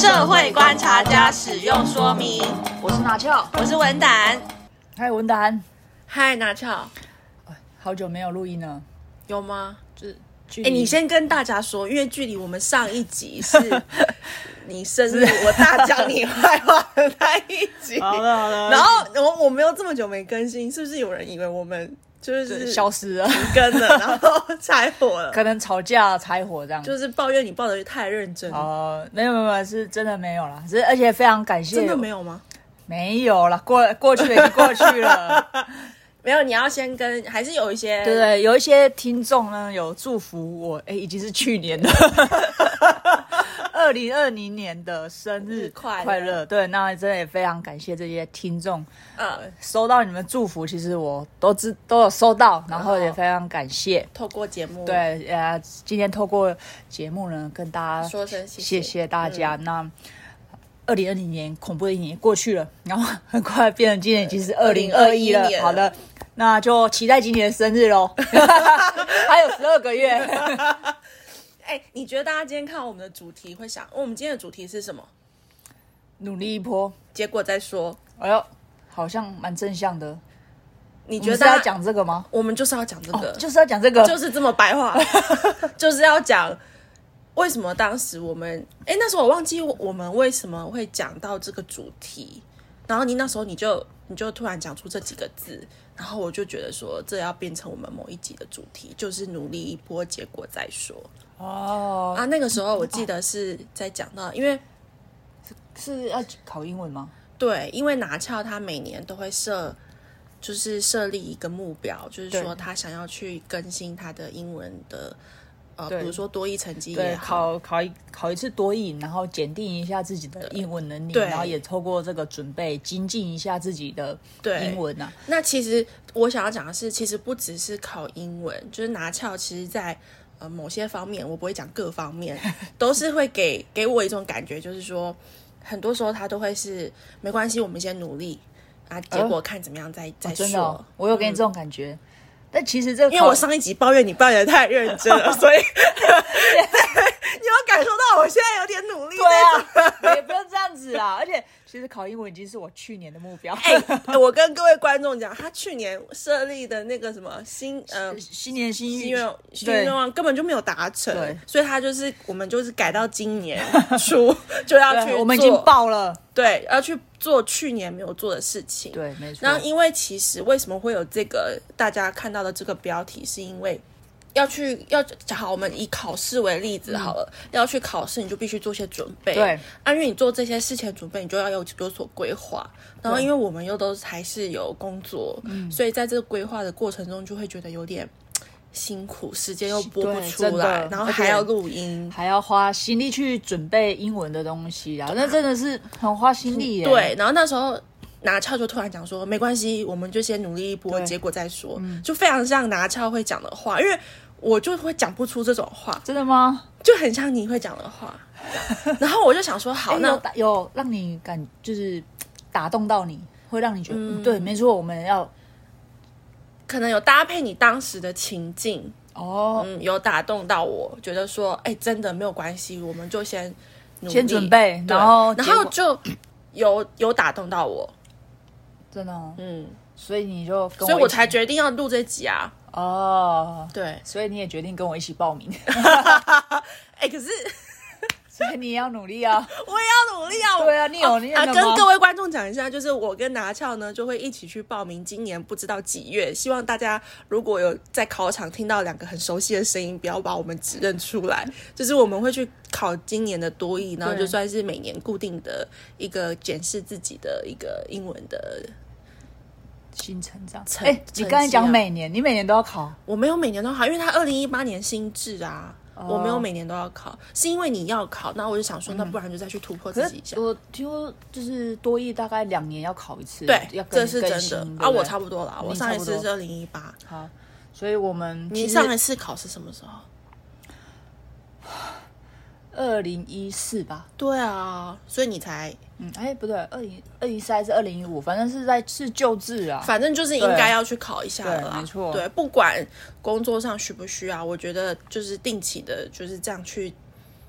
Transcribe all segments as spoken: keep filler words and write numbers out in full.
社会观察家使用说明。 我是拿翘， 我是文胆。 嗨，文胆。 嗨，拿翘。 好久没有录音了， 有吗？ 就是哎、欸，你先跟大家说，因为距离我们上一集是你生日，我大讲你坏话的那一集。 好的好的。 然后我我们又这么久没更新，是不是有人以为我们就是消失了、 停更了，然后拆伙了？ 可能吵架拆伙这样， 就是抱怨你抱得太认真。 哦、呃，没有没有没有，是真的没有啦，是而且非常感谢。 真的没有吗？ 没有啦，过过去了已经过去了。 没有，你要先跟，还是有一些对对，有一些听众呢有祝福我，哎，已经是去年的二零二零年的生日快乐。快乐对，那真的也非常感谢这些听众，呃，收到你们祝福，其实我都知都有收到，然后也非常感谢。 透过节目， 对，呃，今天透过节目呢，跟大家说声谢谢，谢谢大家。嗯、那二零二零年恐怖的一年过去了，然后很快变成今年已经是二零二一了。好的。那就期待今年的生日咯还有十二个月哎、欸，你觉得大家今天看我们的主题会想，我们今天的主题是什么？ 努力一波， 结果再说。 哎呦，好像蛮正向的。 你觉得是要讲这个吗？ 我们就是要讲这个、哦， 就是要讲这个， 就是这么白话，就是要讲为什么当时我们，哎、欸，那时候我忘记我们为什么会讲到这个主题，然后你那时候你就你就突然讲出这几个字。然后我就觉得说，这要变成我们某一集的主题，就是努力一波，结果再说。 哦啊，那个时候我记得是在讲到，因为是, 是要考英文吗？ 对，因为拿翘他每年都会设，就是设立一个目标，就是说他想要去更新他的英文的。呃，比如说多益成绩也好，考考一考一次多益，然后检定一下自己的英文能力，然后也透过这个准备精进一下自己的英文啊。 那其实我想要讲的是，其实不只是考英文，就是拿翘，其实在呃某些方面，我不会讲各方面，都是会给给我一种感觉，就是说，很多时候他都会是没关系，我们先努力啊，结果看怎么样再、呃、再说、哦真的哦。 我有给你这种感觉。嗯但其实这个， 因为我上一集抱怨你抱怨得太认真了，所以你有感受到我现在有点努力。 对啊，也不用这样子啦。而且其实考英文已经是我去年的目标。 哎、欸，我跟各位观众讲，他去年设立的那个什么新呃新年新新愿新愿望根本就没有达成，对，所以他就是我们就是改到今年初就要去做， 我们已经报了， 对，要去做去年没有做的事情。 对，没错。 然后因为其实为什么会有这个大家看到的这个标题，是因为要去要好，我们以考试为例子好了，嗯、要去考试你就必须做些准备。 对， 啊，因为你做这些事前准备，你就要有有所规划。然后因为我们又都还是有工作，所以在这个规划的过程中，就会觉得有点辛苦，时间又拨不出来，然后还要录音， 还要花心力去准备英文的东西啊，那真的是很花心力耶。 对，然后那时候拿翘就突然讲说，没关系，我们就先努力一波，结果再说，嗯、就非常像拿翘会讲的话，因为我就会讲不出这种话。 真的吗？ 就很像你会讲的话。然后我就想说，好， 欸、 那有, 有让你感就是打动到你，会让你觉得、嗯、对，没错，我们要可能有搭配你当时的情境哦， 嗯，有打动到我，觉得说，哎、欸，真的没有关系，我们就先努力先准备，然后然后就有有打动到我， 真的、哦， 嗯， 所以你就跟我， 所以我才决定要录这集啊。 哦， 对， 所以你也决定跟我一起报名。 哎、欸，可是。 所以你也要努力啊！ 我也要努力啊！ 对啊，你有、哦、你有啊，跟各位观众讲一下，就是我跟拿翘呢就会一起去报名今年不知道几月，希望大家如果有在考场听到两个很熟悉的声音，不要把我们指认出来。就是我们会去考今年的多益，然后就算是每年固定的一个检视自己的一个英文的新成长。 哎、欸， 你刚才讲每年，你每年都要考？ 我没有每年都考，因为他二零一八年新制啊。我没有每年都要考，是因为你要考，那我就想说，那不然就再去突破自己一下。 我听说就是多益大概两年要考一次， 对， 要这是真的啊。我差不多啦，我上一次是二零一八。 好，所以我们你上一次考是什么时候？ 二零一四吧。 对啊，所以你才嗯，哎，不对，二零二零三还是二零一五，反正是在是旧制啊。 反正就是应该要去考一下了啦， 没错。 对，不管工作上需不需要，我觉得就是定期的，就是这样去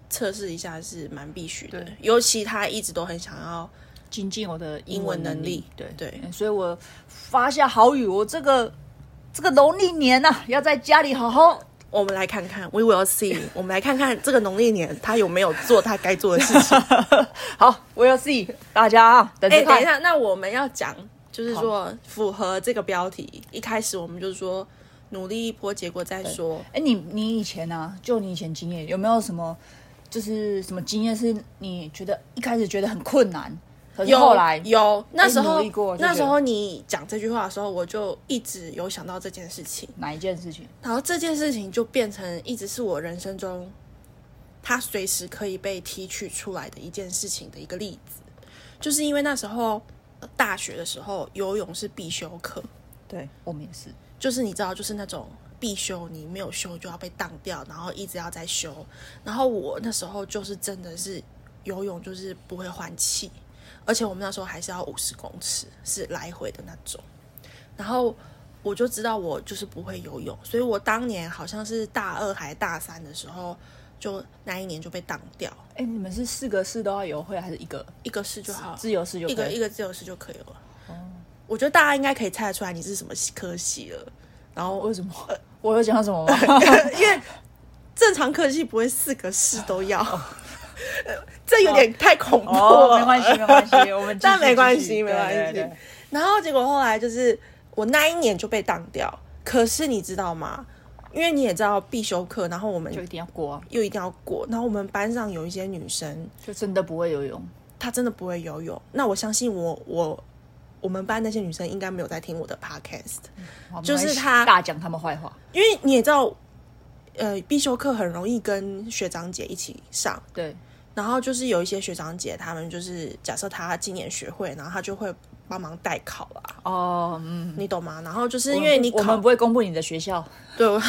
测试一下是蛮必须的，尤其他一直都很想要精进我的英文能力， 对对， 所以我发下豪语，我这个这个农历年啊，要在家里好好。 我们来看看 ，We will see。我们来看看这个农历年他有没有做他该做的事情。 好 ，We will see， 大家啊，等着看。 哎、欸，等一下，那我们要讲，就是说符合这个标题，一开始我们就是说努力一波，结果再说。 哎、欸，你你以前啊，就你以前经验有没有什么，就是什么经验是你觉得一开始觉得很困难？可是后来有那时候，那时候你讲这句话的时候，我就一直有想到这件事情。 哪一件事情？ 然后这件事情就变成一直是我人生中，它随时可以被提取出来的一件事情的一个例子。就是因为那时候大学的时候，游泳是必修课。 对，我们也是。 就是你知道，就是那种必修，你没有修就要被当掉，然后一直要再修。然后我那时候就是真的是游泳就是不会换气。而且我们那时候还是要五十公尺，是来回的那种。然后我就知道我就是不会游泳，所以我当年好像是大二还大三的时候，就那一年就被当掉。 哎，你们是四个式都要游会，还是一个一个式就好？ 自由式就可以， 一个一个自由式就可以了。哦，我觉得大家应该可以猜得出来你是什么科系了。然后为什么？呃、我有讲什么吗？ 因为正常科系不会四个式都要。哦这有点太恐怖了， 哦、没关系，没关系，我们但没关系，没关系。 对对对， 然后结果后来就是我那一年就被当掉，可是你知道吗？因为你也知道必修课，然后我们就一定要过、啊， 又一定要过。然后我们班上有一些女生， 就真的不会游泳， 她真的不会游泳。那我相信我我我们班那些女生应该没有在听我的 podcast，、嗯、就是她大讲他们坏话， 因为你也知道，呃，必修课很容易跟学长姐一起上， 对。 然后就是有一些学长姐，他们就是假设他今年学会，然后他就会帮忙代考啦。 哦，嗯， 你懂吗？然后就是因为你考我们不会公布你的学校， 对，因为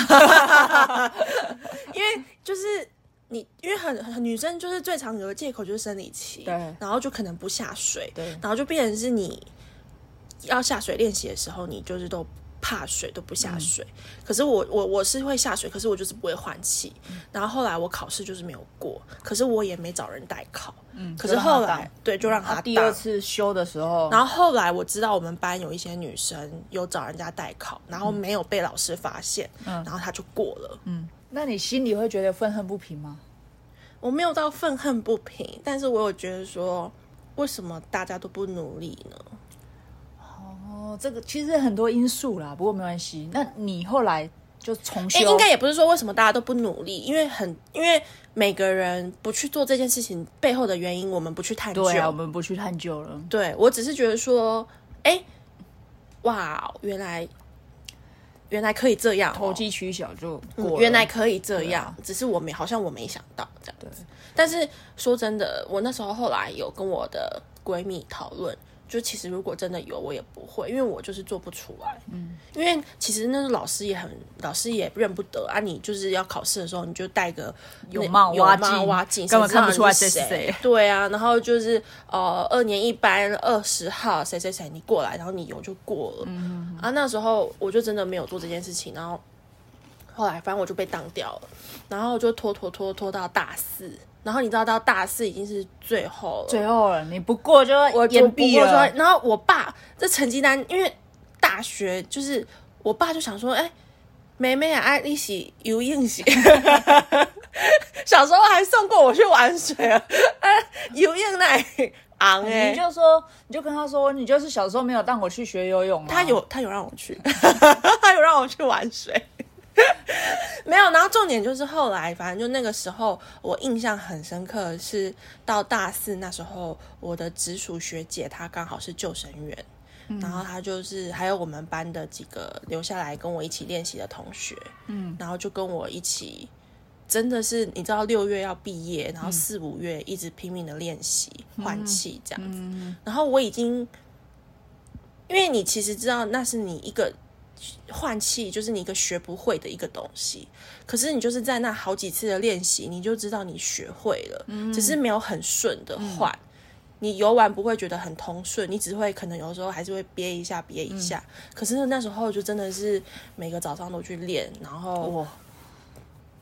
就是你，因为很很女生就是最常有的借口就是生理期， 对， 然后就可能不下水， 对， 然后就变成是你要下水练习的时候，你就是都怕水都不下水，嗯、可是我我我是会下水，可是我就是不会换气。嗯、然后后来我考试就是没有过，可是我也没找人代考。嗯，可是后来对就让他当。 第二次修的时候， 然后后来我知道我们班有一些女生有找人家代考，然后没有被老师发现，嗯、然后他就过了。 嗯，那你心里会觉得愤恨不平吗？ 我没有到愤恨不平，但是我有觉得说，为什么大家都不努力呢？ 哦，这个其实很多因素啦，不过没关系。那你后来就重修， 应该也不是说为什么大家都不努力，因为很因为每个人不去做这件事情背后的原因，我们不去探究。 对啊，我们不去探究了。 对，我只是觉得说，哎，哇，原来原来可以这样、哦， 投机取巧就过了、 嗯、原来可以这样，啊、只是我没好像我没想到这样子。对，但是说真的，我那时候后来有跟我的闺蜜讨论。就其实如果真的有我也不会，因为我就是做不出来。嗯，因为其实那个老师也很，老师也认不得啊。你就是要考试的时候，你就戴个有帽挖镜，挖镜根本看不出来谁是谁。 对啊，然后就是呃二年一班二十号谁谁谁你过来，然后你游就过了。嗯啊，那时候我就真的没有做这件事情，然后后来反正我就被当掉了，然后就拖拖拖拖到大四。然后你知道到大四已经是最后了， 最后了，你不过就我延毕了。 然后我爸这成绩单，因为大学就是我爸就想说，哎、欸，妹妹啊，爱你是游泳是，小时候还送过我去玩水啊，游泳那昂哎， 你就说，你就跟他说，你就是小时候没有带我去学游泳、啊， 他有他有让我去，他有让我去玩水。没有，然后重点就是后来，反正就那个时候，我印象很深刻的是到大四那时候，我的直属学姐她刚好是救生员，嗯、然后她就是还有我们班的几个留下来跟我一起练习的同学，嗯，然后就跟我一起，真的是你知道六月要毕业，然后四五月一直拼命的练习换气这样子，嗯、然后我已经，因为你其实知道那是你一个。换气就是你一个学不会的一个东西，可是你就是在那好几次的练习，你就知道你学会了，嗯、只是没有很顺的换。嗯、你游完不会觉得很通顺，你只会可能有时候还是会憋一下憋一下。嗯、可是那时候就真的是每个早上都去练，然后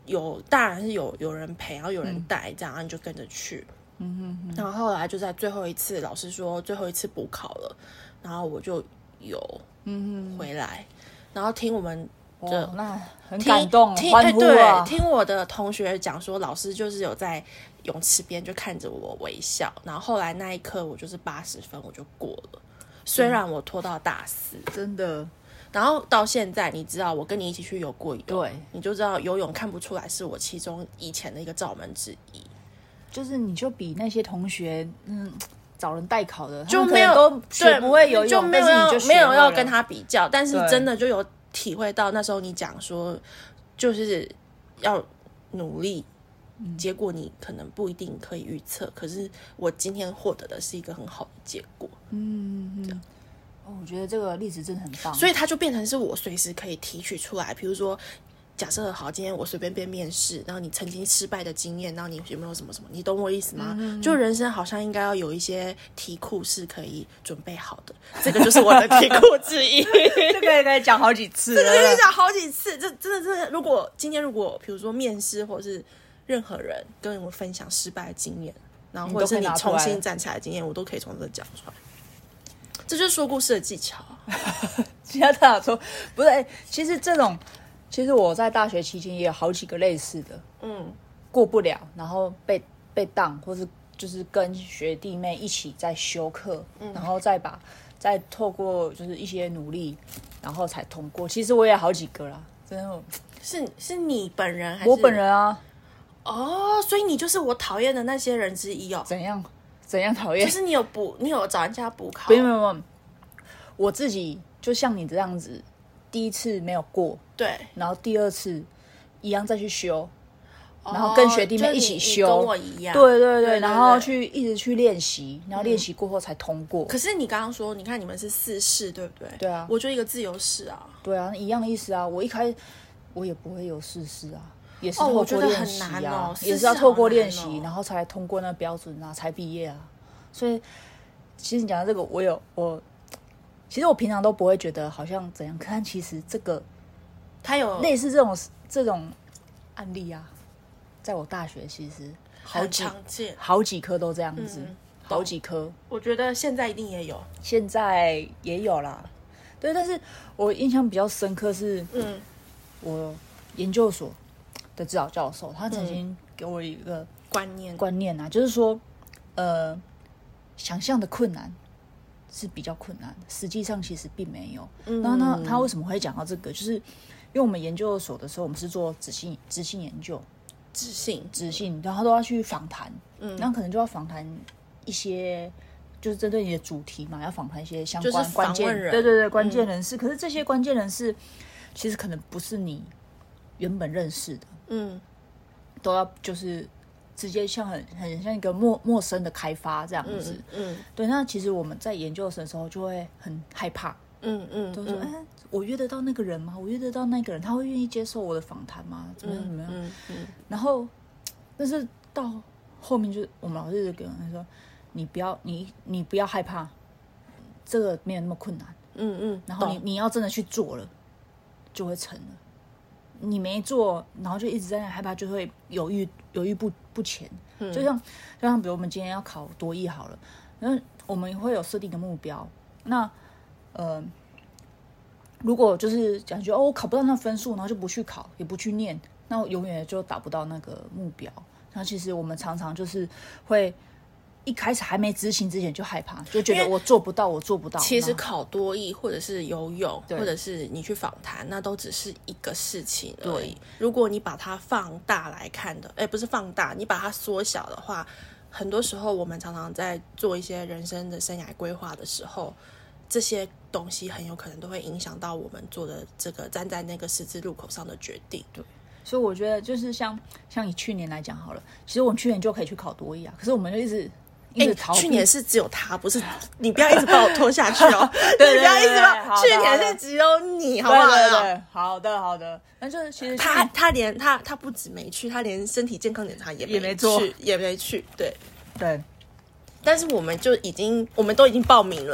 有当然是有有人陪，然后有人带，这样、嗯、然后你就跟着去。嗯哼哼。然后后来就在最后一次，老师说最后一次补考了，然后我就有回来，嗯、然后听我们的、 哦、那很感动，欢呼啊！ 对，听我的同学讲说，老师就是有在泳池边就看着我微笑，然后后来那一刻我就是八十分我就过了，虽然我拖到大四， 真的。 然后到现在，你知道我跟你一起去游过泳， 对， 你就知道游泳看不出来是我其中以前的一个罩门之一。 就是你就比那些同学，嗯，找人代考的就没有都学不会游泳， 就没有要就没有要跟他比较，但是真的就有体会到那时候你讲说，就是要努力，嗯、结果你可能不一定可以预测，可是我今天获得的是一个很好的结果。嗯，这样。 我觉得这个例子真的很棒， 所以它就变成是我随时可以提取出来。比如说，假设好，今天我随便便面试，然后你曾经失败的经验，然后你有没有什么什么？你懂我意思吗？嗯、就人生好像应该要有一些题库是可以准备好的，这个就是我的题库之一。 这个也可以讲好几次， 这个可以讲好几次。这真的真的，如果今天如果比如说面试或是任何人跟我分享失败的经验，然后或者是你重新站起来的经验，我都可以从这讲出来。这就是说故事的技巧。 其他大说不是、欸、其实这种其实我在大学期间也有好几个类似的，嗯，过不了，然后被被当，或是就是跟学弟妹一起在修课、嗯、然后再把再透过就是一些努力然后才通过。其实我也好几个啦，真的。 是是你本人还是我本人啊？ 哦，所以你就是我讨厌的那些人之一哦。 怎样怎样讨厌？ 就是你有补，你有找人家补考？ 没有没有没有，我自己就像你这样子，第一次没有过， 对， 然后第二次一样再去修，哦、然后跟学弟妹一起修， 跟我一样， 对对 对, 对, 对，然后去一直去练习，然后练习过后才通过、嗯。 可是你刚刚说，你看你们是四试，对不对？ 对啊， 我就一个自由试啊。 对啊，一样的意思啊。我一开我也不会有四试啊。也是透过练习啊、哦哦、也是要透过练习、哦、然后才通过那标准啊，才毕业啊。所以其实你讲的这个我有我其实我平常都不会觉得好像怎样，但其实这个它有类似这种这种案例啊，在我大学其实好几常见， 好几科都这样子、嗯、好几科。 我觉得现在一定也有， 现在也有啦。对，但是我印象比较深刻是嗯，我研究所的指导教授，他曾经给我一个观念观念啊，就是说，呃，想象的困难是比较困难的，实际上其实并没有。嗯、然后呢，他为什么会讲到这个？就是因为我们研究所的时候，我们是做质性质性研究， 质性质性，然后都要去访谈，嗯，然后可能就要访谈一些。就是针对你的主题嘛，要访谈一些相关关键人，对对对，关键人士、嗯。可是这些关键人士，其实可能不是你原本认识的，嗯，都要就是直接像很很像一个陌陌生的开发这样子，嗯，嗯对。那其实我们在研究生的时候就会很害怕，嗯嗯，都说哎、欸，我约得到那个人吗？我约得到那个人，他会愿意接受我的访谈吗？怎么样怎么样？嗯 嗯, 嗯。然后，但是到后面就是我们老师就跟我们说。你不要，你你不要害怕，这个没有那么困难。嗯嗯，然后你你要真的去做了，就会成了。你没做，然后就一直在那害怕，就会犹豫犹豫不不前。嗯、就像就像比如我们今天要考多益好了，然后我们会有设定的目标。那呃，如果就是感觉哦，我考不到那分数，然后就不去考，也不去念，那我永远就达不到那个目标。那其实我们常常就是会。一开始还没执行之前就害怕，就觉得我做不到，我做不到。 其实考多益或者是游泳，或者是你去访谈，那都只是一个事情而已。如果你把它放大来看的，哎，不是放大，你把它缩小的话，很多时候我们常常在做一些人生的生涯规划的时候，这些东西很有可能都会影响到我们做的这个站在那个十字路口上的决定。 对。所以我觉得就是像像以去年来讲好了，其实我们去年就可以去考多益啊，可是我们就一直。 哎、欸，去年是只有他，不是你不要一直把我拖下去哦！对你不要一直把，去年是只有你，好不好？ 对对对，好的好的。那就是其实他他连他他不止没去，他连身体健康检查也没也没做， 也没去。对对， 但是我们就已经我们都已经报名了，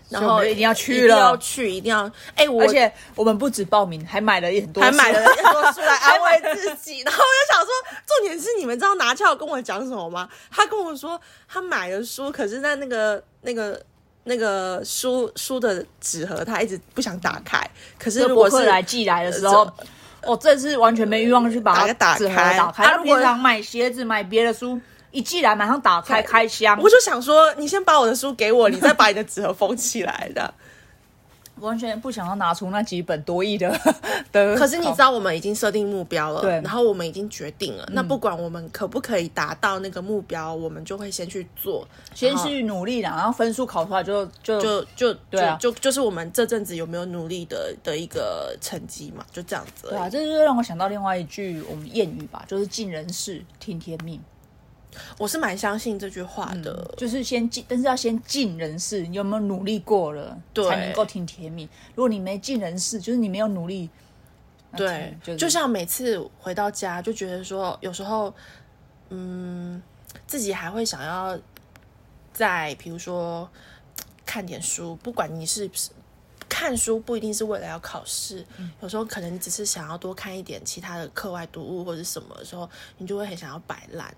然后一定要去了， 一定要去，一定要。哎、欸，我而且我们不止报名，还买了很多书， 还买了很多书来安慰自己。然后我就想说，重点是你们知道拿翘跟我讲什么吗？他跟我说他买了书，可是在那个那个那个书书的纸盒，他一直不想打开。可是如果是来寄来的时候。我这次完全没欲望去把它打开， 打开。他平常买鞋子、买别的书，一寄来马上打开开箱。 我就想说，你先把我的书给我，你再把你的纸盒封起来的。 完全不想要拿出那几本多亿的的。 可是你知道，我们已经设定目标了， 对， 然后我们已经决定了。嗯、那不管我们可不可以达到那个目标，我们就会先去做， 先去努力啦，然后分数考出来就就就就对啊， 就就就是我们这阵子有没有努力的的一个成绩嘛，就这样子而已。 对啊，这就让我想到另外一句我们谚语吧，就是尽人事，听天命。 我是蛮相信这句话的， 嗯、就是先尽，但是要先尽人事。你有没有努力过了，才能够听天命？如果你没尽人事，就是你没有努力， 对，就是、就像每次回到家，就觉得说，有时候，嗯，自己还会想要在，比如说看点书，不管你是看书，不一定是为了要考试，嗯、有时候可能你只是想要多看一点其他的课外读物或者什么的时候，你就会很想要摆烂。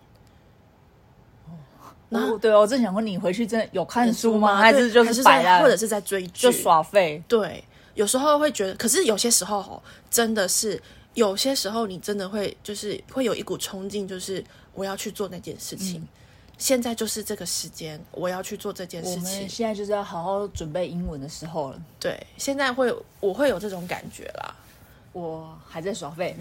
然后、哦、对哦，我正想问你，回去真的有看书吗？还是就是摆烂， 或者是在追剧， 就耍废？ 对，有时候会觉得，可是有些时候哦，真的是有些时候你真的会就是会有一股冲劲，就是我要去做那件事情。嗯、现在就是这个时间，我要去做这件事情。 我们现在就是要好好准备英文的时候了。 对，现在会我会有这种感觉啦。 我还在耍废，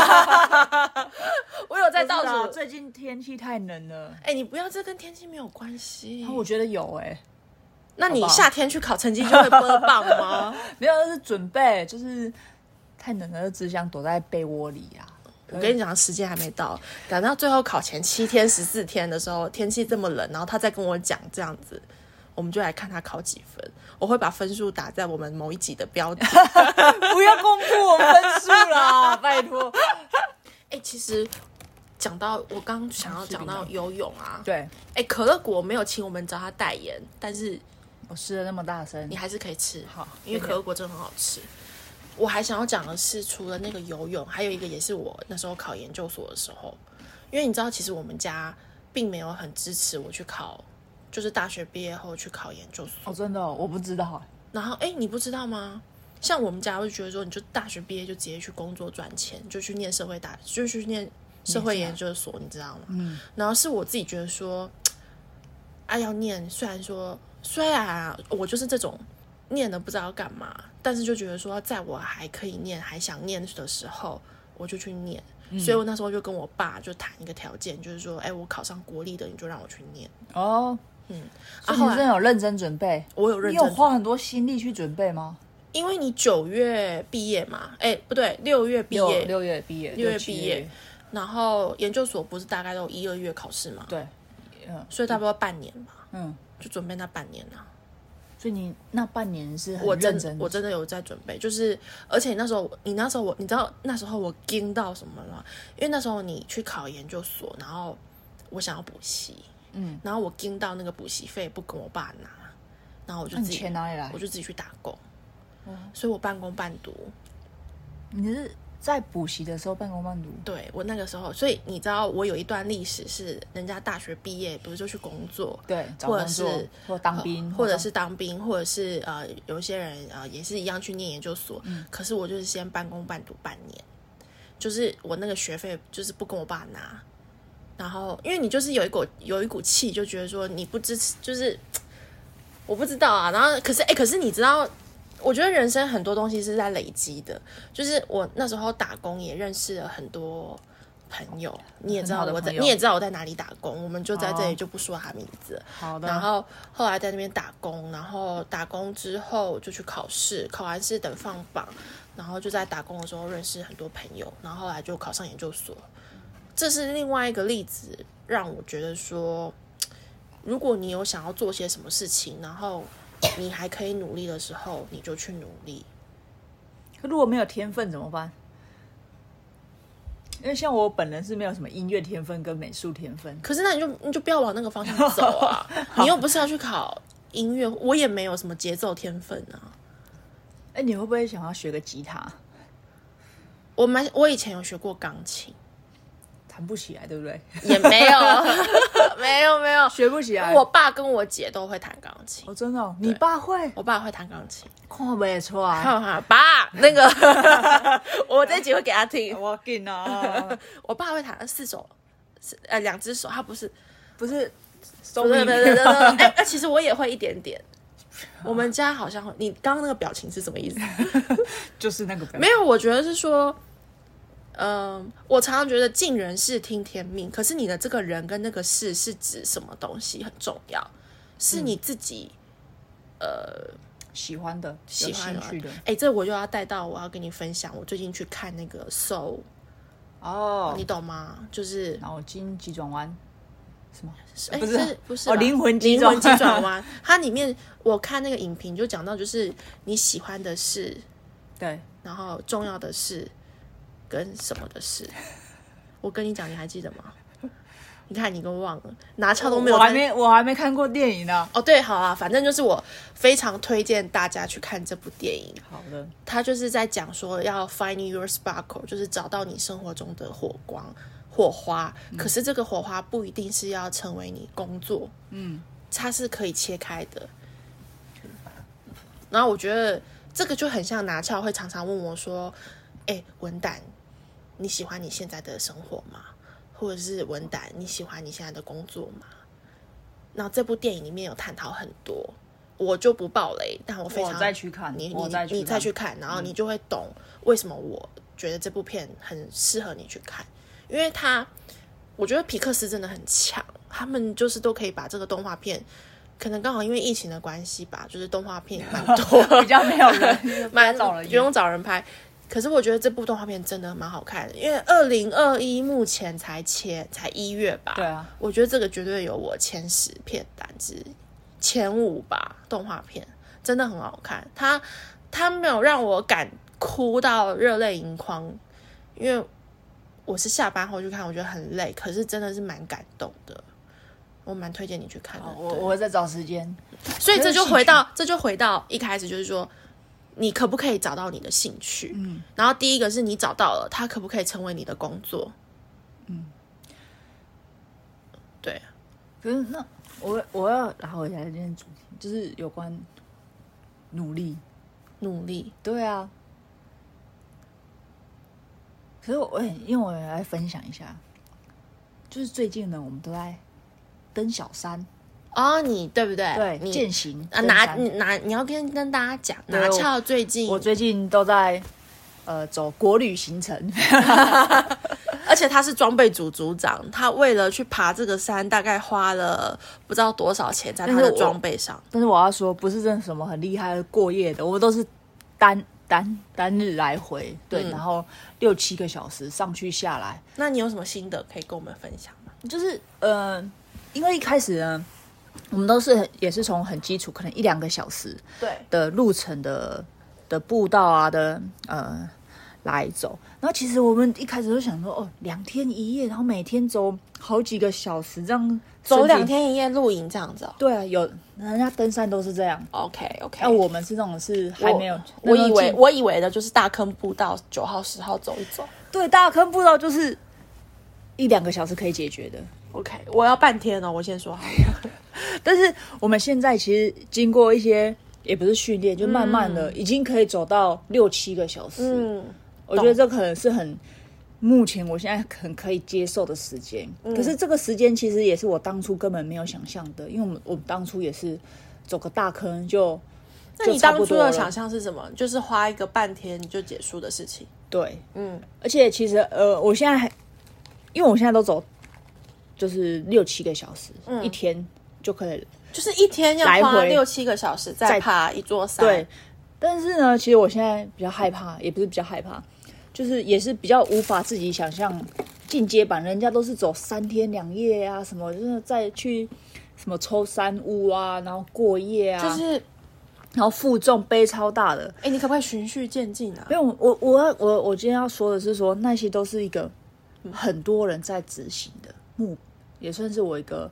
我有在倒数。 最近天气太冷了， 哎、欸，你不要，这跟天气没有关系。 我觉得有哎、欸， 那你夏天去考成绩就会波棒吗？ 没有，是准备，就是太冷了，只想躲在被窝里啊。 我跟你讲，时间还没到，等到最后考前七天、十四天的时候，天气这么冷，然后他再跟我讲这样子。我们就来看他考几分，我会把分数打在我们某一集的标题。 不要公布我们分数啦，拜托。 哎、欸，其实讲到我刚想要讲到游泳啊， 对， 哎、欸，可乐果没有请我们找他代言，但是我吃的那么大声， 你还是可以吃， 好， 因为可乐果真的很好吃。我还想要讲的是，除了那个游泳，还有一个也是我那时候考研究所的时候，因为你知道，其实我们家并没有很支持我去考。就是大学毕业后去考研究所哦，真的、哦、我不知道。 然后哎，你不知道吗？像我们家会觉得说，你就大学毕业就直接去工作赚钱，就去念社会大，就去念社会研究所，你知道吗？嗯。然后是我自己觉得说，啊要念，虽然说虽然、啊、我就是这种念的不知道要干嘛，但是就觉得说，在我还可以念、还想念的时候，我就去念。嗯、所以我那时候就跟我爸就谈一个条件，就是说，哎，我考上国立的，你就让我去念。 哦。 嗯， 所以你真的有认真准备？ 我有认真， 你有花很多心力去准备吗？ 因为你九月毕业嘛，哎，不对，六月毕业， 六月毕业， 六月毕业，然后研究所不是大概都一二月考试嘛？ 对，嗯， 所以差不多半年吧， 嗯， 就准备那半年啊。 所以你那半年是很我认真的，我真的有在准备，就是而且那时候你那时候我你知道那时候我惊到什么吗？因为那时候你去考研究所，然后我想要补习。嗯，然后我盯到那个补习费不跟我爸拿，然后我就自己钱哪里来？ 我就自己去打工，哦、所以我半工半读。 你是在补习的时候半工半读？ 对，我那个时候，所以你知道我有一段历史是人家大学毕业不是就去工作， 对， 或者是或当兵、 呃，或者是当兵，或者是呃有一些人呃也是一样去念研究所，嗯、可是我就是先半工半读半年，就是我那个学费就是不跟我爸拿。然后，因为你就是有一股有一股气，就觉得说你不支持，就是我不知道啊。然后，可是哎，可是你知道，我觉得人生很多东西是在累积的。就是我那时候打工也认识了很多朋友，你也知道我在，你也知道我在哪里打工，我们就在这里就不说他名字。 好的。 然后后来在那边打工，然后打工之后就去考试，考完试等放榜，然后就在打工的时候认识很多朋友，然后后来就考上研究所。这是另外一个例子，让我觉得说，如果你有想要做些什么事情，然后你还可以努力的时候，你就去努力。 如果没有天分怎么办？因为像我本人是没有什么音乐天分跟美术天分。 可是那你就你就不要往那个方向走啊！你又不是要去考音乐，我也没有什么节奏天分啊。 哎，你会不会想要学个吉他？ 我蛮我以前有学过钢琴， 弹不起来，对不对？ 也没有，没有没有学不起来。 我爸跟我姐都会弹钢琴。 哦，真的、哦？你爸会？ 我爸会弹钢琴， 看不出来。 看看爸，那个我这集会给他听。 我紧啊！ 我爸会弹四手，呃，两只手，他不是不是， 不是，对对对对。哎哎，其实我也会一点点。我们家好像会，你刚刚那个表情是什么意思？ 就是那个表情。 没有，我觉得是说。嗯、呃，我常常觉得尽人事听天命，可是你的这个人跟那个事是指什么东西很重要，是你自己、嗯、呃喜欢的、 喜欢有兴趣的。 哎，这我就要带到我要跟你分享，我最近去看那个 Soul， 哦， 你懂吗？就是脑筋急转弯，是吗？ 哎， 不是是不是哦，灵魂灵魂急转弯。它里面我看那个影评就讲到，就是你喜欢的事， 对， 然后重要的事。跟什么的事？我跟你讲，你还记得吗？你看，你都忘了，拿翘都没有。 我还没，我还没看过电影呢。 哦，对，好啊，反正就是我非常推荐大家去看这部电影。 好的， 他就是在讲说要 find your sparkle， 就是找到你生活中的火光、火花。嗯、可是这个火花不一定是要成为你工作，嗯，它是可以切开的。然后我觉得这个就很像拿翘会常常问我说：“哎，文胆。”你喜欢你现在的生活吗？或者是文胆，你喜欢你现在的工作吗？那这部电影里面有探讨很多，我就不爆雷，但我非常我再去看， 你你再去看你再去看，然后你就会懂为什么我觉得这部片很适合你去看，因为他，我觉得皮克斯真的很强，他们就是都可以把这个动画片。可能刚好因为疫情的关系吧，就是动画片蛮多， 比较没有人， 蛮不用找人拍。可是我觉得这部动画片真的蛮好看的，因为二零二一目前才前才一月吧， 对啊， 我觉得这个绝对有我前十片单之前五吧，动画片真的很好看，它它没有让我敢哭到热泪盈眶，因为我是下班后去看，我觉得很累，可是真的是蛮感动的，我蛮推荐你去看的。 我我会再找时间， 所以这就回到这就回到一开始就是说。你可不可以找到你的兴趣？嗯，然后第一个是你找到了，它可不可以成为你的工作？嗯，对。 可是那我我要拉回来今天主题，就是有关努力， 努力。 对啊。可是我因为我也来分享一下，就是最近呢，我们都在登小山。 哦，你对不对？ 对， 你健行啊，拿拿，你要跟跟大家讲，拿翘最近， 我最近都在呃走国旅行程， 而且他是装备组组长，他为了去爬这个山，大概花了不知道多少钱在他的装备上。 但是我要说，不是真的什么很厉害的过夜的，我们都是单单单日来回，对，嗯、然后六七个小时上去下来。 那你有什么心得可以跟我们分享吗？ 就是呃，因为一开始呢。我们都是很也是从很基础，可能一两个小时的路程的的步道啊的呃来走。然后其实我们一开始就想说，哦，两天一夜，然后每天走好几个小时，这样走两天一夜露营这样子、哦。 对啊，有人家登山都是这样。 OK OK， 那、啊、我们是这种是还没有， 我, 我以为我以为的就是大坑步道九号十号走一走。 对，大坑步道就是一两个小时可以解决的。 OK， 我要半天哦，我先说好了。 但是我们现在其实经过一些，也不是训练，就慢慢的、嗯、已经可以走到六七个小时。嗯，我觉得这可能是很目前我现在很可以接受的时间。嗯、可是这个时间其实也是我当初根本没有想象的，因为我们我们当初也是走个大坑就。 那你当初的想象是什么？就是花一个半天就结束的事情。 对，嗯，而且其实呃，我现在还因为我现在都走。就是六七个小时、嗯，一天就可以， 就是一天要花六七个小时再爬一座山。 对，但是呢，其实我现在比较害怕，也不是比较害怕，就是也是比较无法自己想象进阶版，人家都是走三天两夜啊，什么就是再去什么抽山屋啊，然后过夜啊， 就是然后负重背超大的。 哎、欸，你可不可以循序渐进啊？ 没有，我我我我今天要说的是说，那些都是一个很多人在执行的目标。也算是我一个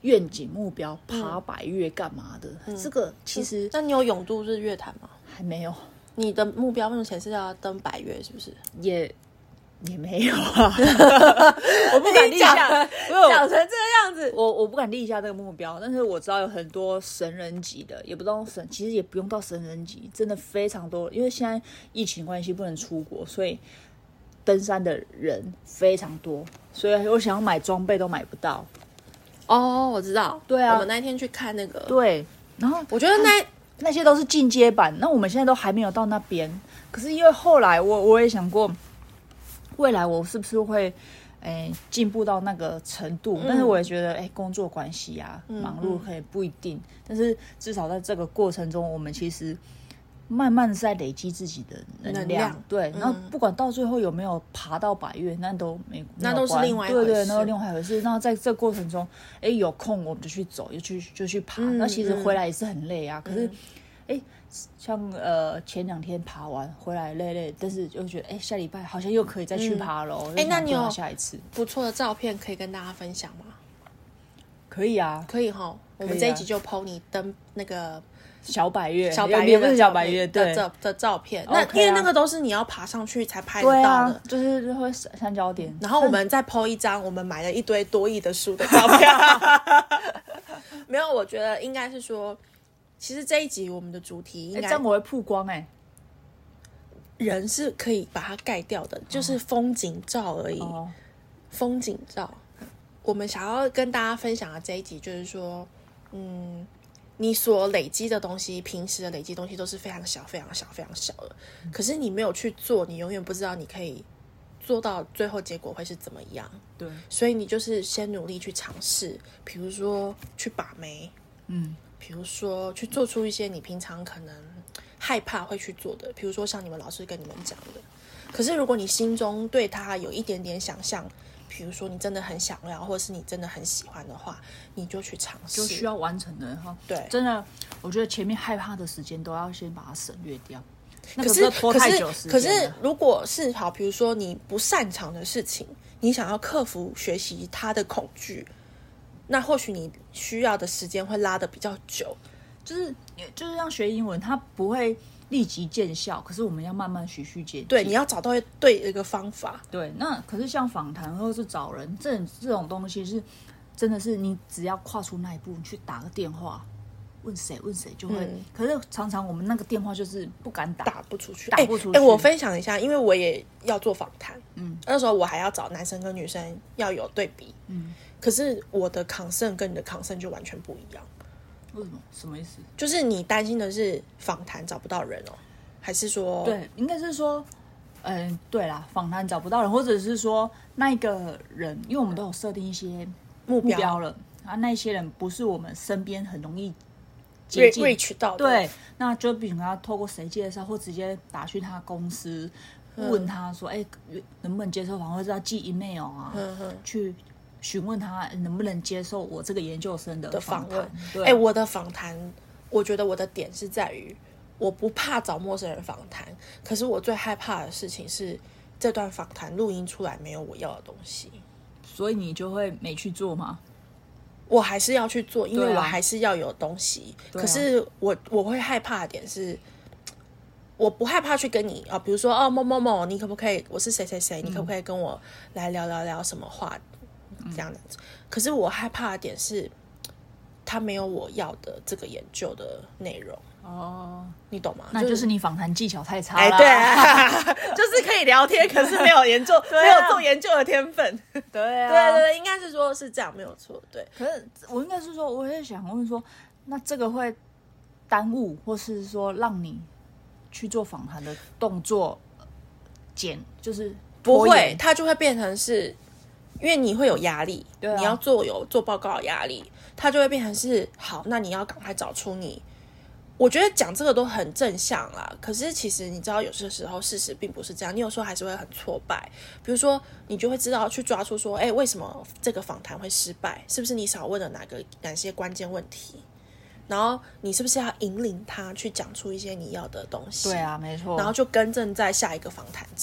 愿景目标，爬百岳干嘛的？嗯、这个其实、嗯， 那你有勇渡日月潭吗？ 还没有。 你的目标目前是要登百岳，是不是？ 也也没有啊，我不敢立下， 讲成这个样子， 我我不敢立下这个目标。但是我知道有很多神人级的，也不到神，其实也不用到神人级，真的非常多。因为现在疫情关系不能出国，所以登山的人非常多，所以我想要买装备都买不到。 哦，我知道， 对啊， 我们那天去看那个， 对，然后我觉得那。 那些都是进阶版，那我们现在都还没有到那边。可是因为后来我我也想过，未来我是不是会，诶进步到那个程度？嗯、但是我也觉得，哎，工作关系啊， 嗯、 忙碌可以不一定。嗯、但是至少在这个过程中，我们其实慢慢在累积自己的能量。能量对，嗯、然后不管到最后有没有爬到百岳，那都没那都是另外一回事。 对对，那都另外一回事。那在这过程中，哎，有空我们就去走，就去就去爬。嗯、那其实回来也是很累啊。嗯、可是，哎，像呃前两天爬完回来累累，但是就觉得哎下礼拜好像又可以再去爬了。哎、 嗯，那你有下一次不错的照片可以跟大家分享吗？ 可以啊， 可以哈。我们这一集就 po 你登那个。 小百岳， 小百岳不是小百岳的的的照片，那、 okay 啊、 因为那个都是你要爬上去才拍得到的， 啊、就是会三角点。 然后我们再 po 一张我们买了一堆多益的书的照片。没有，我觉得应该是说，其实这一集我们的主题应该、 欸、这样我会曝光哎、欸， 人是可以把它盖掉的，就是风景照而已。哦、风景照，我们想要跟大家分享的这一集就是说，嗯。你所累积的东西，平时的累积东西都是非常小、非常小、非常小的。嗯、可是你没有去做，你永远不知道你可以做到最后结果会是怎么样。 对， 所以你就是先努力去尝试，比如说去把妹，嗯，比如说去做出一些你平常可能害怕会去做的，比如说像你们老师跟你们讲的。可是如果你心中对他有一点点想象，比如说你真的很想要，或者是你真的很喜欢的话，你就去尝试， 就需要完成的哈。 对， 真的，我觉得前面害怕的时间都要先把它省略掉。 可是， 那个拖太久时间了。 可是，可是如果是好，比如说你不擅长的事情，你想要克服学习它的恐惧，那或许你需要的时间会拉得比较久。 就是就是像学英文，它不会立即见效，可是我们要慢慢循序渐进。 对，你要找到对一个方法。 对，那可是像访谈或者是找人，这这种东西是真的是你只要跨出那一步，去打个电话，问谁问谁就会。嗯、可是常常我们那个电话就是不敢打， 打不出去， 打不出去。 哎、欸欸，我分享一下，因为我也要做访谈，嗯，那时候我还要找男生跟女生要有对比，嗯，可是我的 concern 跟你的 concern 就完全不一样。 为什么？什么意思？ 就是你担心的是访谈找不到人哦，还是说？ 对，应该是说，嗯、呃，对啦，访谈找不到人，或者是说那个人，因为我们都有设定一些目标, 目标了啊，那些人不是我们身边很容易接近 reach 到的， 对，那就比如他透过谁介绍，或直接打去他公司、嗯、问他说，哎，能不能接受访问，或者要寄 email 啊，嗯嗯、去。询问他能不能接受我这个研究生的访谈。 哎、欸，我的访谈，我觉得我的点是在于，我不怕找陌生人访谈，可是我最害怕的事情是这段访谈录音出来没有我要的东西。 所以你就会没去做吗？ 我还是要去做，因为我还是要有东西。啊、可是我我会害怕的点是，我不害怕去跟你啊，比如说哦某某某，你可不可以？我是谁谁谁，你可不可以跟我来聊聊聊什么话？这样子，可是我害怕的点是，他没有我要的这个研究的内容哦，你懂吗？ 那就是你访谈技巧太差了。 哎，对、啊，就是可以聊天，可是没有研究，啊、没有做研究的天分。 对啊， 对对对，应该是说是这样，没有错。对， 可是我应该是说，我也想问说，那这个会耽误，或是说让你去做访谈的动作减，就是不会，它就会变成是。因为你会有压力， 对啊、 你要做有做报告的压力，它就会变成是好，那你要赶快找出你。我觉得讲这个都很正向啦，可是其实你知道，有些时候事实并不是这样，你有时候还是会很挫败。比如说，你就会知道去抓出说，哎，为什么这个访谈会失败？是不是你少问了哪个哪些关键问题？然后你是不是要引领他去讲出一些你要的东西？ 对啊，没错。 然后就更正在下一个访谈者。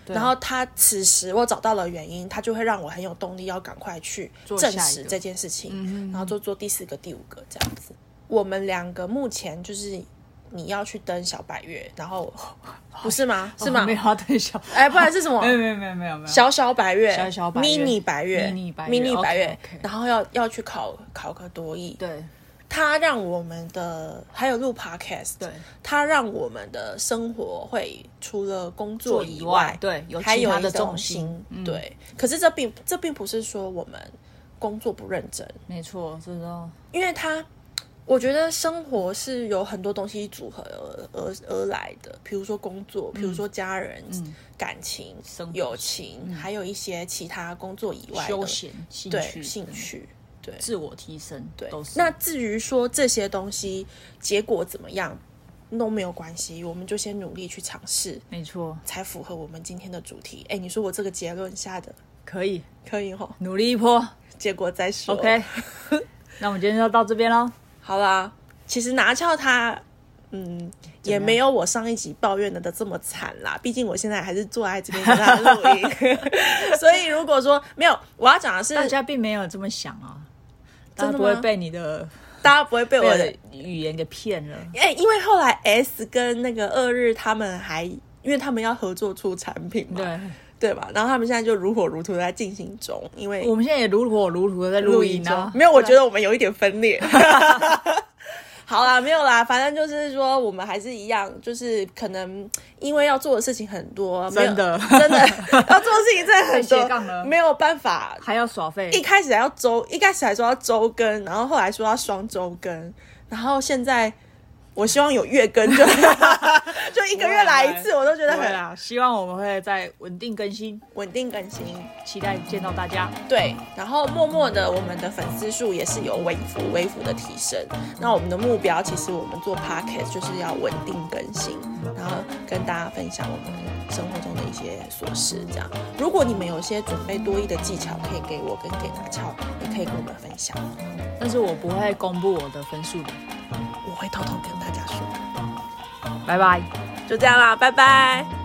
然后他此时我找到了原因，他就会让我很有动力要赶快去证实这件事情，嗯、然后就做第四个第五个这样子。我们两个目前就是你要去登小百岳，然后不是吗？是吗？ 没有要登小， 哎，不然是什么？ 没有没有没有没有没有小小百岳， 小小百岳 ，mini 百岳 ，mini 百岳 ，mini 百岳， okay, okay. 然后要要去考考个多益。 对， 他让我们的还有录 podcast， 对， 他让我们的生活会除了工作以外， 对，有还有其他的重重心，嗯、 对。可是这并这并不是说我们工作不认真， 没错，知道， 因为他。我觉得生活是有很多东西组合而而而来的，比如说工作，比如说家人、嗯、感情、友情、嗯，还有一些其他工作以外的休闲、兴趣、 兴趣，对， 自我提升， 对， 都是。 那至于说这些东西结果怎么样都没有关系，我们就先努力去尝试， 没错， 才符合我们今天的主题。哎，你说我这个结论下的可以， 可以吼， 努力一波， 结果再说。 OK， 那我们今天就到这边咯。 好啦，其实拿翘他，嗯，也没有我上一集抱怨的这么惨啦。毕竟我现在还是坐在这边跟他录音，所以如果说没有，我要讲的是， 大家并没有这么想啊， 大家不会被你的， 大家不会被我的语言给骗了。 哎，因为后来 S 跟那个二日他们还，因为他们要合作出产品嘛， 对。 对吧？然后他们现在就如火如荼的在进行中，因为我们现在也如火如荼的在录音啊。 没有，我觉得我们有一点分裂。好啦，没有啦，反正就是说，我们还是一样，就是可能因为要做的事情很多， 真的真的要做的事情真的很多，没有办法， 还要耍废。 一开始还要周，一开始还说要周更，然后后来说要双周更，然后现在。我希望有月更就就一个月来一次，我都觉得很啦。希望我们会再稳定更新， 稳定更新， 期待见到大家。 对，然后默默的，我们的粉丝数也是有微幅微幅的提升。那我们的目标，其实我们做 podcast 就是要稳定更新，然后跟大家分享我们生活中的一些琐事。这样，如果你们有些准备多益的技巧，可以给我跟给拿翘，也可以跟我们分享。 但是我不会公布我的分数的。 我会偷偷跟大家说， 拜拜， 就这样啦，拜拜。